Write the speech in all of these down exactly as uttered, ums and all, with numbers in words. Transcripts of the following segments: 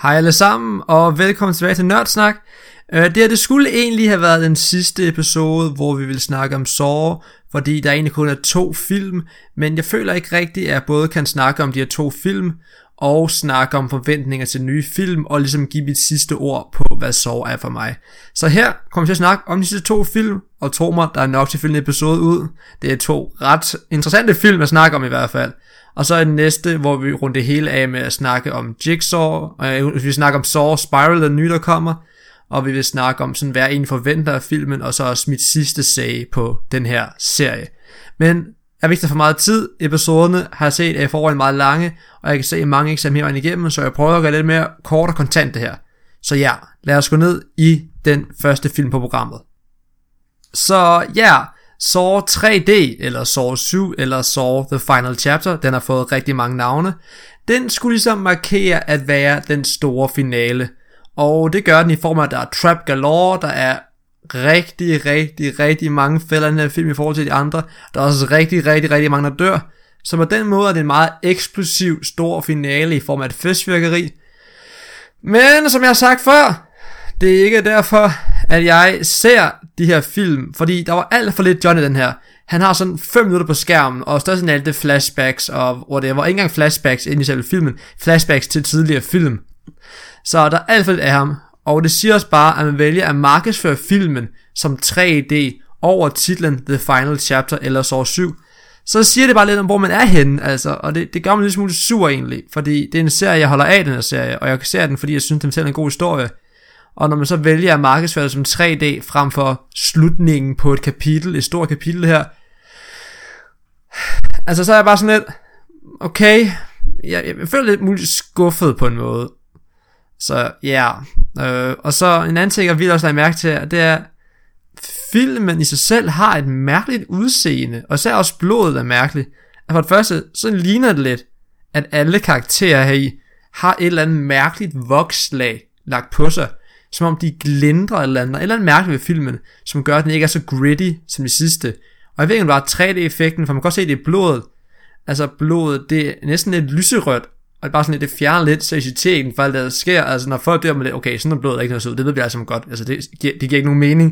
Hej alle sammen, og velkommen tilbage til Nørdsnak. Det her, det skulle egentlig have været den sidste episode, hvor vi vil snakke om Saw, fordi der egentlig kun er to film, men jeg føler ikke rigtigt, at jeg både kan snakke om de her to film, og snakke om forventninger til nye film, og ligesom give mit sidste ord på, hvad Saw er for mig. Så her kommer jeg til at snakke om de sidste to film, og tro mig, der er nok til at fylde en episode ud. Det er to ret interessante film at snakke om i hvert fald. Og så er det næste, hvor vi runder det hele af med at snakke om Jigsaw, og vi snakker om Saw, Spiral, den nye der kommer, og vi vil snakke om sådan, hvad jeg egentlig forventer af filmen, og så også mit sidste sag på den her serie. Men jeg vil ikke tage for meget tid. Episoderne har jeg set er forvejen meget lange, og jeg kan se mange eksempler her igennem, så jeg prøver at gøre lidt mere kort og kontant det her. Så ja, lad os gå ned i den første film på programmet. Så ja, Saw tre D, eller Saw syv, eller Saw The Final Chapter, den har fået rigtig mange navne. Den skulle ligesom markere at være den store finale, og det gør den i form af, at der er trap galore, der er rigtig, rigtig, rigtig mange fælder i den her film i forhold til de andre. Der er også rigtig, rigtig, rigtig mange, der dør. Så på den måde er det en meget eksplosiv, stor finale i form af et festfyrkeri. Men som jeg har sagt før, det er ikke derfor, at jeg ser de her film, fordi der var alt for lidt John i den her. Han har sådan fem minutter på skærmen, og størst alt det flashbacks, og whatever. Ikke engang flashbacks ind i selve filmen, flashbacks til tidligere film. Så der er alt for lidt af ham, og det siger også bare, at man vælger at markedsføre filmen som tre D over titlen The Final Chapter eller Saw syv. Så siger det bare lidt om, hvor man er henne, altså, og det, det gør mig lidt smule sur egentlig, fordi det er en serie, jeg holder af, den her serie, og jeg kan se den, fordi jeg synes, den fortæller en god historie. Og når man så vælger at markedsføre det som tre D frem for slutningen på et kapitel, et stort kapitel her, altså så er jeg bare sådan lidt, okay, jeg, jeg føler lidt muligt skuffet på en måde. Så ja, yeah. øh, og så en anden ting jeg vil også lade mærke til, det er, filmen i sig selv har et mærkeligt udseende, og især også blodet er mærkeligt. For det første, så ligner det lidt, at alle karakterer heri har et eller andet mærkeligt vokslag lagt på sig, som om de glindrer eller andet, eller andet mærkeligt ved filmen, som gør, at den ikke er så gritty som de sidste. Og jeg ved ikke, om det var tre D-effekten, for man kan godt se, det er blodet. Altså blodet, det er næsten lidt lyserødt, og det er bare sådan lidt, det fjerner lidt seriøsiteten for alt det, der sker. Altså når folk dør med det, okay, sådan er blodet ikke noget ud, det ved vi altså godt, altså det, det giver ikke nogen mening.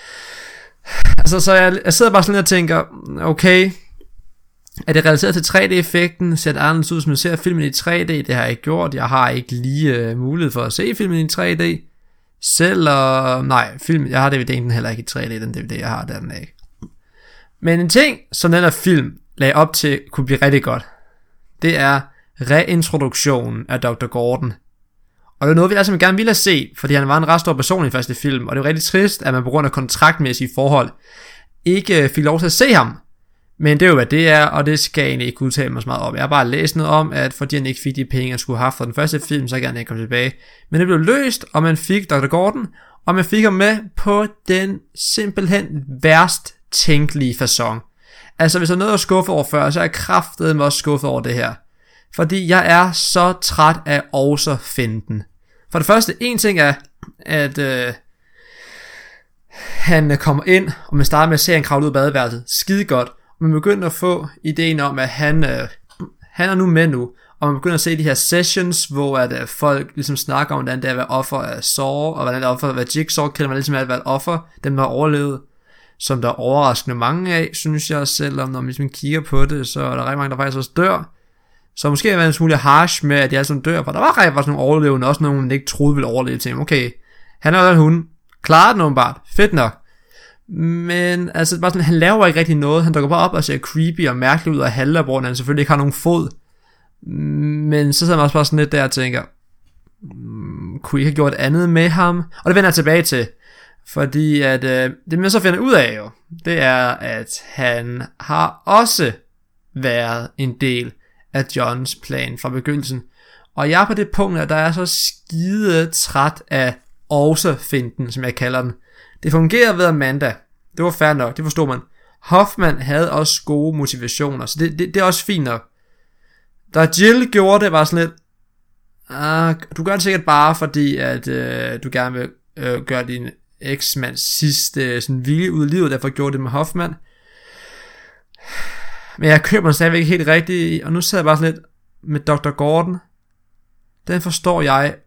Altså så jeg, jeg sidder bare sådan lidt og tænker, okay, er det relateret til tre D-effekten? Ser det anderledes ud, som jeg ser filmen i tre D? Det har jeg ikke gjort, jeg har ikke lige uh, mulighed for at se filmen i tre D. Selv, og nej, film, jeg har D V D'en den heller ikke i tre D, den D V D jeg har, der den ikke. Men en ting, som den her film lagde op til, kunne blive rigtig godt, det er reintroduktionen af doktor Gordon. Og det er noget, vi altså gerne ville have set, fordi han var en ret stor person i den første film, og det er jo rigtig trist, at man på grund af kontraktmæssige forhold ikke fik lov til at se ham. Men det er jo hvad det er, og det skal jeg egentlig ikke udtale mig så meget om. Jeg har bare læst noget om, at fordi han ikke fik de penge, han skulle have haft fra den første film, så kan han ikke komme tilbage. Men det blev løst, og man fik doktor Gordon, og man fik ham med på den simpelthen værst tænkelige facon. Altså hvis der er noget at skuffe over før, så er jeg kraftedeme også skuffet over det her. Fordi jeg er så træt af Orser-finten. For det første, en ting er, at øh, han kommer ind, og man starter med at se, at han kravler ud af badeværelset. Skide godt. Og man begynder at få ideen om, at han, øh, han er nu med nu. Og man begynder at se de her sessions, hvor at, øh, folk ligesom snakker om, hvordan det er at være offer af Saw, og hvordan det er offer at være Jigsaw, kender man ligesom at være offer, dem der har overlevet. Som der er overraskende mange af, synes jeg, selvom når man ligesom kigger på det, så er der rigtig mange, der faktisk også dør. Så måske har været en smule harsh med, at de alle sammen dør, for der var rigtig sådan nogle overlevende, også nogle, man ikke troede ville overleve til. Okay, han er jo en hund, klarer den åbenbart, fedt nok. Men altså, bare sådan, han laver ikke rigtig noget, han dukker bare op og ser creepy og mærkelig ud og halter, hvor han selvfølgelig ikke har nogen fod. Men så sidder man også bare sådan lidt der og tænker, mm, kunne I have gjort andet med ham? Og det vender jeg tilbage til, fordi at øh, det man så finder ud af jo, det er, at han har også været en del af Johns plan fra begyndelsen. Og jeg er på det punkt, at der er så skide træt af Orser-finten, som jeg kalder den. Det fungerer ved Amanda. Det var fair nok, det forstod man. Hoffman havde også gode motivationer, så det, det, det er også fint nok. Da Jill gjorde det, var sådan lidt, ah, du gør det sikkert bare fordi, at øh, du gerne vil øh, gøre din eksmands sidste øh, sådan vilje ud af livet, derfor gjorde det med Hoffman. Men jeg køber den stadigvæk ikke helt rigtigt, og nu sidder jeg bare sådan lidt med doktor Gordon. Den forstår jeg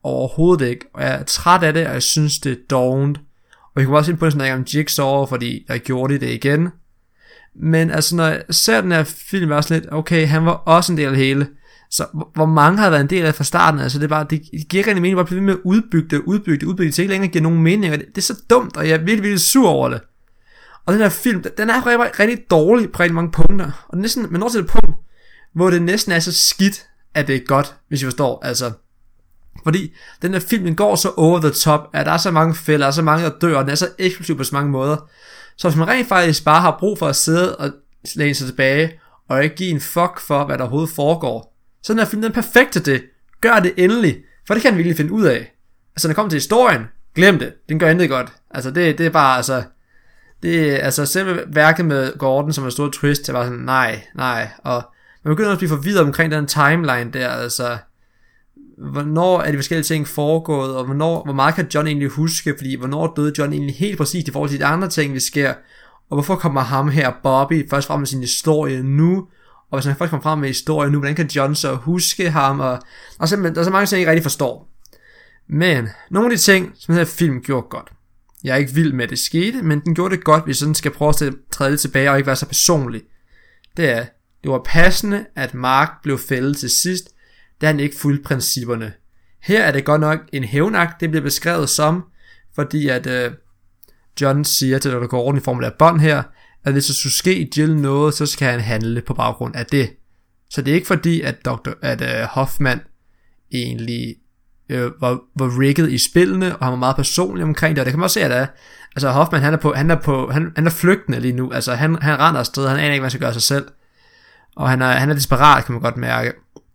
overhovedet ikke, og jeg er træt af det, og jeg synes det er dovent. Og vi kommer også ind på sådan om Jigsaw, fordi der gjorde de det igen. Men altså når jeg ser den her film, er også lidt, okay, han var også en del af det hele. Så hvor mange har været en del af fra starten, altså det er bare, det giver ikke rigtig mening, bare blive ved med at udbygge det, udbygge det, udbygge det, til ikke længere giver nogen mening, og det, det er så dumt, og jeg er virkelig, virkelig sur over det. Og den her film, den er rigtig, rigtig dårlig på rigtig mange punkter, og næsten, man når til et punkt, hvor det næsten er så skidt, at det er godt, hvis I forstår, altså. Fordi den her film, den går så over the top, at der er så mange fælder, der er så mange, der dør, og den er så eksplosiv på så mange måder. Så hvis man rent faktisk bare har brug for at sidde og læne sig tilbage, og ikke give en fuck for, hvad der overhovedet foregår, så den her film, den er perfekt til det. Gør det endelig, for det kan den virkelig finde ud af. Altså når det kommer til historien, glem det, den gør intet godt. Altså det, det er bare, altså, det er, altså selve værket med Gordon, som er en stor twist, det var sådan, nej, nej, og man begynder også at blive forvirret omkring den timeline der, altså, hvornår er de forskellige ting foregået, og hvornår, hvor meget kan John egentlig huske, fordi hvornår døde John egentlig helt præcist i forhold til de andre ting, vi sker, og hvorfor kommer ham her, Bobby, først frem med sin historie nu, og hvis han først kommer frem med historie nu, hvordan kan John så huske ham, og, og simpelthen, der er så mange ting, jeg ikke rigtig forstår. Men, nogle af de ting, som den her film gjorde godt, jeg er ikke vild med, at det skete, men den gjorde det godt, hvis sådan skal prøve at træde lidt tilbage, og ikke være så personlig. Det er, det var passende, at Mark blev fældet til sidst, da han ikke fulgte principperne. Her er det godt nok en hævnakt, det bliver beskrevet som, fordi at øh, John siger til doktor Gordon i form af bånd her, at hvis der skulle ske Jill noget, så skal han handle på baggrund af det. Så det er ikke fordi, at, doktor, at øh, Hoffman egentlig øh, var, var rigget i spillene, og han var meget personlig omkring det, og det kan man også se, at det er. Altså Hoffman, han er, på, han er, på, han, han er flygtende lige nu, altså han, han render afsted, han aner ikke, hvad han skal gøre sig selv, og han er, han er desperat, kan man godt mærke.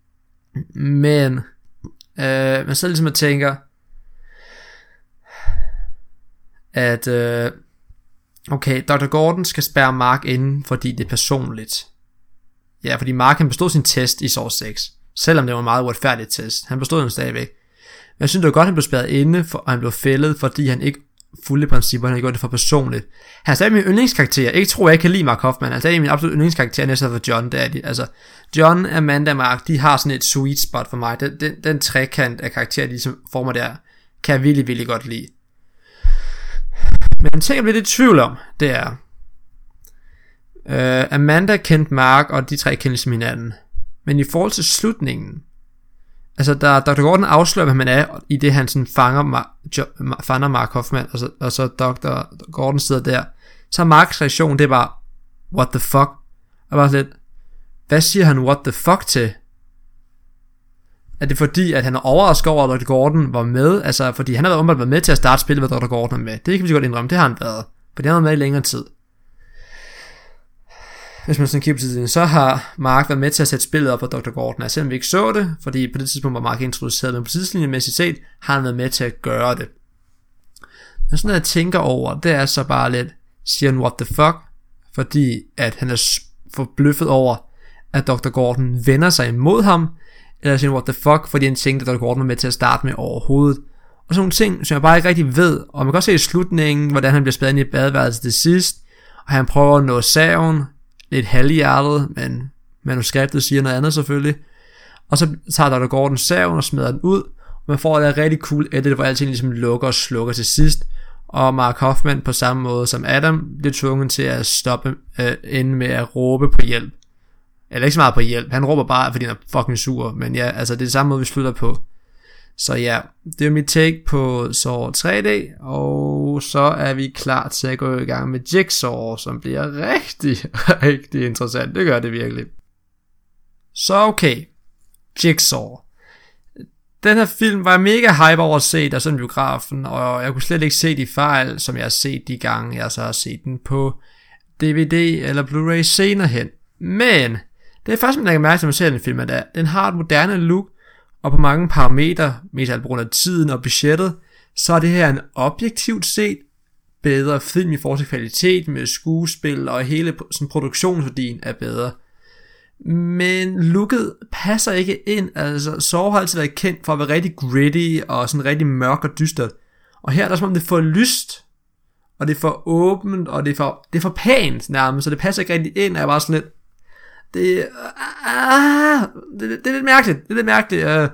Men øh, man sidder ligesom og tænker, at øh, okay, doktor Gordon skal spærre Mark inde, fordi det er personligt. Ja, fordi Mark han bestod sin test i Saw seks, selvom det var en meget uretfærdig test. Han bestod den stadigvæk. Men jeg synes det var godt, at han blev spærret inde, for, og han blev fældet, fordi han ikke fulgte principper, han gjorde det for personligt. Han er stadig min yndlingskarakter. Ikke tror jeg ikke kan lide Mark Hoffman. Han er stadig min absolut yndlingskarakter, næsten for John. Det er de. Altså, John, Amanda og Mark, de har sådan et sweet spot for mig. Den, den, den trekant af karakterer, de ligesom former der, kan jeg virkelig, virkelig godt lide. Men en ting, jeg bliver lidt i tvivl om, det er, uh, Amanda kendte Mark, og de tre kendte ligesom hinanden. Men i forhold til slutningen, altså der doktor Gordon afslører, hvad man er, i det han sådan fanger, Mar- jo- fanger Mark Hoffman, og så, og så doktor Gordon sidder der, så er Marks reaktion, det er bare, what the fuck? Og bare lidt, hvad siger han what the fuck til? Er det fordi, at han er overrasket over, at doktor Gordon var med? Altså, fordi han har været, været med til at starte spillet, hvad doktor Gordon er med. Det kan vi så godt indrømme, det har han været. For det har han været med i længere tid. Hvis man sådan kigger på tiden, så har Mark været med til at sætte spillet op på doktor Gordon. Altså, selvom vi ikke så det, fordi på det tidspunkt var Mark introduceret, men på tidslinjemæssigt set har han været med til at gøre det. Men sådan noget, jeg tænker over, det er så bare lidt, siger han what the fuck? Fordi at han er forbløffet over, at doktor Gordon vender sig imod ham, eller siger what the fuck, fordi han tænkte, at doktor Gordon var med til at starte med overhovedet. Og sådan nogle ting, som jeg bare ikke rigtig ved. Og man kan også se i slutningen, hvordan han bliver spærret ind i badeværelset til sidst, og han prøver at nå saven, lidt halvhjertet, men manuskriptet siger noget andet selvfølgelig. Og så tager doktor Gordon saven og smider den ud, og man får et rigtig cool edit, hvor alting ligesom lukker og slukker til sidst. Og Mark Hoffman på samme måde som Adam bliver tvunget til at stoppe øh, inden med at råbe på hjælp. Eller ikke så meget på hjælp, han råber bare, fordi han er fucking sur. Men ja, altså det er det samme måde vi slutter på. Så ja, det er mit take på Saw tre D, og så er vi klar til at gå i gang med Jigsaw, som bliver rigtig, rigtig interessant. Det gør det virkelig. Så okay, Jigsaw. Den her film var jeg mega hype over at se der sådan biografen, og jeg kunne slet ikke se de fejl, som jeg har set de gange, jeg så har set den på D V D eller Blu-ray senere hen. Men det er faktisk, man lægger mærke til, at man ser den film, at den har et moderne look, og på mange parametre, mest alt på grund af tiden og budgettet, så er det her en objektivt set bedre film i forhold til kvalitet med skuespil, og hele sådan, produktionsværdien er bedre. Men looket passer ikke ind. Altså Saw har altid været kendt for at være rigtig gritty og sådan rigtig mørk og dystert. Og her er der som om det er for lyst, og det er for åbent, og det er for, det er for pænt nærmest, så det passer ikke rigtig ind. Og jeg var sådan lidt, det, ah, det, det er lidt mærkeligt, det er lidt mærkeligt. Uh,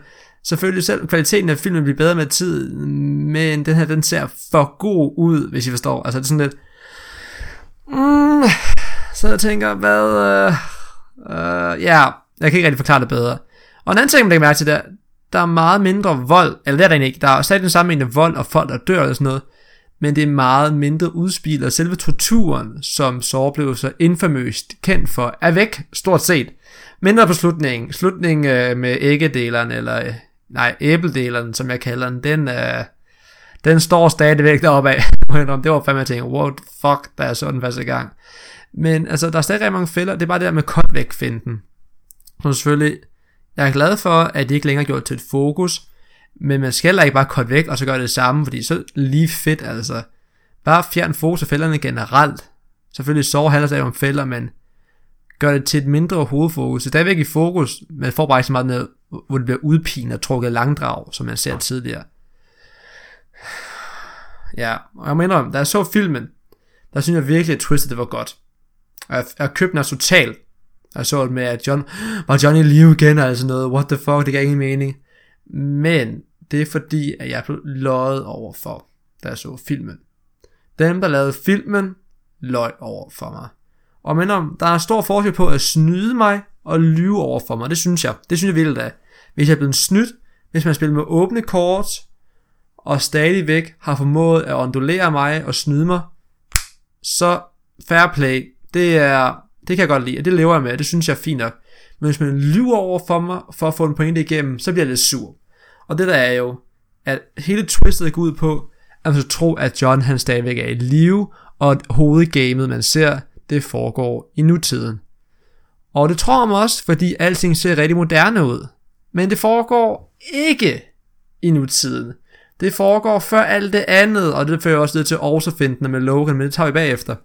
Selvfølgelig selv kvaliteten af filmen bliver bedre med tid, men den her, den ser for god ud, hvis I forstår. Altså det er sådan lidt... Mm, så jeg tænker, hvad... Øh, øh, ja, jeg kan ikke rigtig forklare det bedre. Og en anden ting, man lægger mærke til, der, der er meget mindre vold. Eller det er der egentlig ikke. Der er stadig den samme mængde vold og folk, der dør eller sådan noget. Men det er meget mindre udspil, og selve torturen, som så blev så infamøst kendt for, er væk, stort set. Mindre på slutningen. Slutningen øh, med æggedeleren, eller øh, nej, æbledeleren, som jeg kalder den, den, øh, den står stadigvæk deroppe af. Det var fandme, jeg tænkte, what the fuck, der er sådan første gang. Men altså, der er stadig mange fælder, det er bare det der med cut væk finden. Så selvfølgelig, jeg er glad for, at de ikke længere gjort til et fokus, men man skal ikke bare cut væk, og så gøre det samme, fordi så lige fedt, altså. Bare fjern fokus af fælderne generelt. Selvfølgelig så handler det om fælder, men gør det til et mindre hovedfokus. Det er stadigvæk i fokus, men får bare ikke så meget med, hvor det bliver udpinet og trukket langdrag, som man ser tidligere. Ja, og jeg mener, da jeg så filmen, der synes jeg virkelig, at twistet det var godt. Og jeg, jeg købte den totalt. Jeg så det med, at John, var John i live igen, og sådan noget, what the fuck, det gav ingen mening. Men det er fordi, at jeg blev løjet over for, da jeg så filmen. Dem, der lavede filmen, løj over for mig. Og men om, der er stor forskel på at snyde mig og lyve over for mig. Det synes jeg. Det synes jeg virkelig da. Hvis jeg er blevet snydt, hvis man spiller med åbne kort, og stadigvæk har formået at ondulere mig og snyde mig, så fair play. Det er, det kan jeg godt lide, og det lever jeg med. Det synes jeg er fint nok. Men hvis man lyver over for mig, for at få en pointe igennem, så bliver jeg lidt sur. Og det der er jo, at hele twistet går ud på, at man så tror, at John han stadigvæk er i live, og at hovedgamet man ser, det foregår i nutiden. Og det tror man også, fordi alting ser rigtig moderne ud. Men det foregår ikke i nutiden. Det foregår før alt det andet, og det fører også lidt til oversefindende med Logan, men det tager vi bagefter.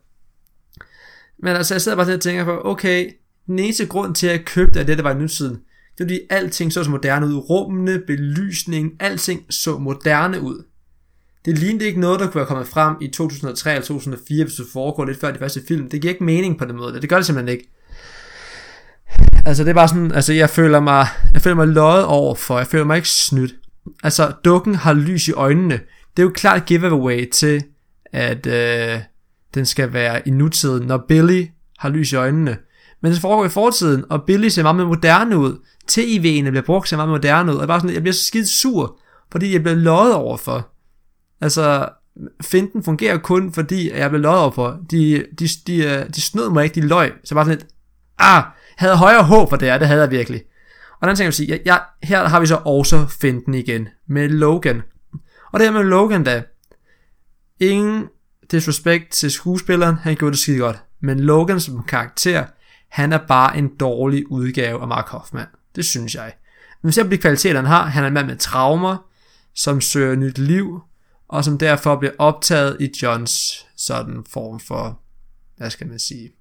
Men altså, jeg sidder bare til at tænke på, okay, den eneste grund til at købe det, at det der var i nutiden, det er fordi alting så så moderne ud. Rummene, belysning, alting så moderne ud. Det lignede ikke noget, der kunne være kommet frem i to tusind og tre eller to tusind og fire, hvis det foregår lidt før de første film. Det giver ikke mening på den måde. Det gør det simpelthen ikke. Altså det er bare sådan, altså jeg føler mig, jeg føler mig løjet over for, jeg føler mig ikke snydt. Altså dukken har lys i øjnene. Det er jo klart giveaway til, at øh, den skal være i nutiden, når Billy har lys i øjnene. Men det foregår i fortiden, og Billy ser meget mere moderne ud. T V'ene bliver brugt ser meget mere moderne ud. Og jeg, bare sådan, jeg bliver så skidt sur, fordi jeg bliver løjet over for. Altså, finten fungerer kun, fordi jeg blev løjet over for. De, de, de, de snød mig ikke, de løg. Så bare sådan lidt, ah, havde højere håb for det her, det havde jeg virkelig. Og den ting jeg vil sige, jeg, jeg, her har vi så også finten igen, med Logan. Og det her med Logan da, ingen disrespect til skuespilleren, han gjorde det skide godt. Men Logan som karakter, han er bare en dårlig udgave af Mark Hoffman. Det synes jeg. Men hvis jeg bliver kvalitet, han har, han er en mand med traumer, som søger nyt liv, og som derfor bliver optaget i Johns sådan form for, hvad skal man sige,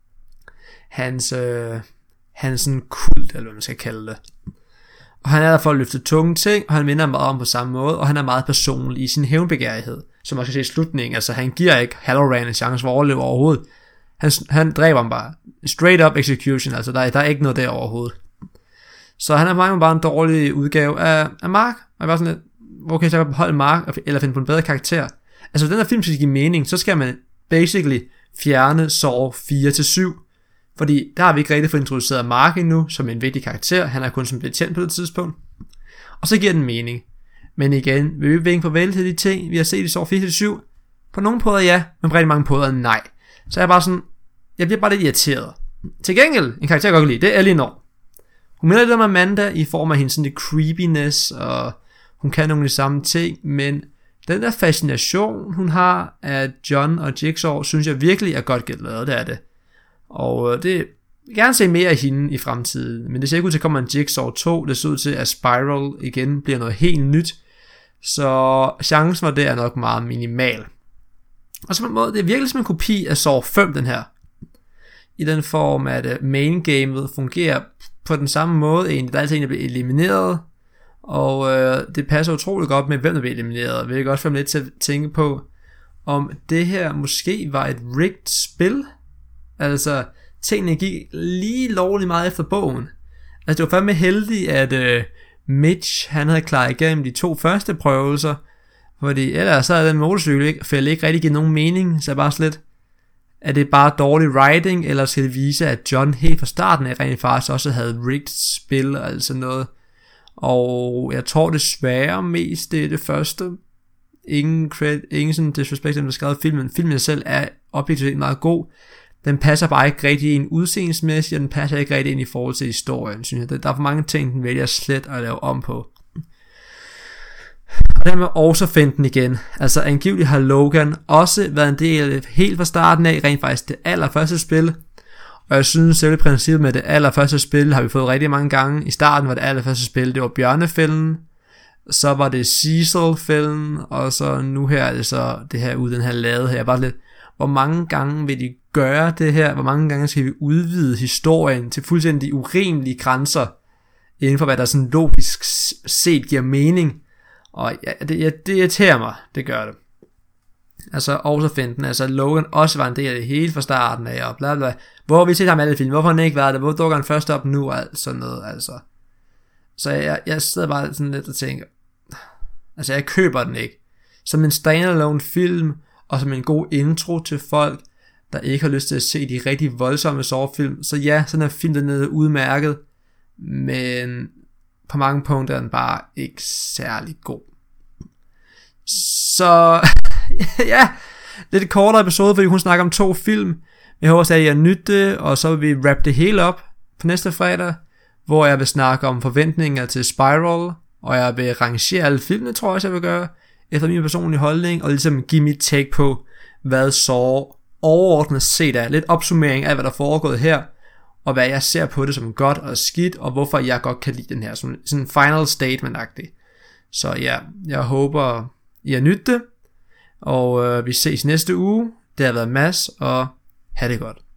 hans, øh, hans sådan kult, eller hvad man skal kalde det. Og han er der for at løfte tunge ting, og han minder meget om på samme måde, og han er meget personlig i sin hævnbegærighed, som man skal se i slutningen. Altså han giver ikke Halloran en chance for at overleve overhovedet. Han, han dræber ham bare. Straight up execution, altså der, der er ikke noget der overhovedet. Så han er meget bare en dårlig udgave af, af Mark. Og jeg var sådan lidt, okay, så kan jeg beholde Mark, eller finde på en bedre karakter. Altså hvis den her film skal give mening, så skal man basically fjerne Saw fire til syv. Fordi der har vi ikke rigtig fået introduceret Mark endnu, som en vigtig karakter. Han er kun som betjent på det tidspunkt. Og så giver den mening. Men igen, vil vi vinke farvel til de ting, vi har set i Saw fire til syv? På nogle måder ja, men på rigtig mange måder nej. Så jeg er bare sådan, jeg bliver bare lidt irriteret. Til gengæld, en karakter jeg godt kan lide, det er Eleanor. Hun minder lidt om Amanda i form af hendes sådan lidt creepiness, og hun kan nogle af de samme ting, men den der fascination, hun har af John og Jigsaw, synes jeg virkelig er godt lavet, det er det. Og det, jeg vil gerne se mere af hende i fremtiden, men det ser ikke ud til at komme en Jigsaw to, det ser ud til at Spiral igen bliver noget helt nyt, så chancen for det er nok meget minimal. Og så på en måde, det er virkelig som en kopi af Saw fem, den her. I den form, at main gamet fungerer på den samme måde egentlig. Der er altid en, der bliver elimineret, og øh, det passer utroligt godt med, hvem der bliver elimineret. Hvilket også får mig lidt til at tænke på, om det her måske var et rigged spil. Altså, tingene gik lige lovligt meget efter bogen. Altså, det var fandme heldigt, at øh, Mitch, han havde klaret igennem de to første prøvelser, fordi ellers så havde den motorcykel ikke, ikke rigtig givet nogen mening, så bare slet, er det bare dårlig writing, eller skal det vise, at John helt fra starten af rent faktisk også havde rigged spil, og altså noget. Og jeg tror desværre mest det er det første. Ingen credit, ingen sådan disrespect, der skrevet filmen. Filmen selv er objektivt meget god. Den passer bare ikke rigtig ind udseendemæssigt, og den passer ikke rigtig ind i forhold til historien, synes jeg. Der er for mange ting, den vælger slet at lave om på. Og dermed også finde den igen. Altså angiveligt har Logan også været en del af helt fra starten af, rent faktisk det allerførste spil. Og jeg synes selv princippet med det allerførste spil har vi fået rigtig mange gange. I starten var det allerførste spil, det var bjørnefælden. Så var det Cecil-fælden. Og så nu her er det så det her ude, den her lade her. Bare lidt, hvor mange gange vil de gøre det her? Hvor mange gange skal vi udvide historien til fuldstændig urimelige grænser? Inden for hvad der sådan logisk set giver mening. Og ja, det, ja, det irriterer mig, det gør det. Altså også finde den, altså Logan også var en del af det hele fra starten af, og bla bla. Hvor har vi set ham alle film? Hvorfor har han ikke været der? Hvor dukker han først op nu? Og alt sådan noget, altså. Så jeg, jeg sidder bare sådan lidt og tænker, altså jeg køber den ikke. Som en standalone film, og som en god intro til folk, der ikke har lyst til at se de rigtig voldsomme Saw-film. Så ja, sådan en film, den er udmærket, men på mange punkter er den bare ikke særlig god. Så ja, lidt kortere episode, fordi hun snakker om to film. Jeg håber at I har nydt det, og så vil vi wrap det hele op på næste fredag, hvor jeg vil snakke om forventninger til Spiral, og jeg vil rangere alle filmene, tror jeg, jeg vil gøre, efter min personlige holdning, og ligesom give mit take på, hvad så overordnet set er. Lidt opsummering af, hvad der er foregået her, og hvad jeg ser på det som godt og skidt, og hvorfor jeg godt kan lide den her, sådan en final statement-agtig. Så ja, jeg håber, I har nydt det, og øh, vi ses næste uge. Det har været Mads, og ha' det godt.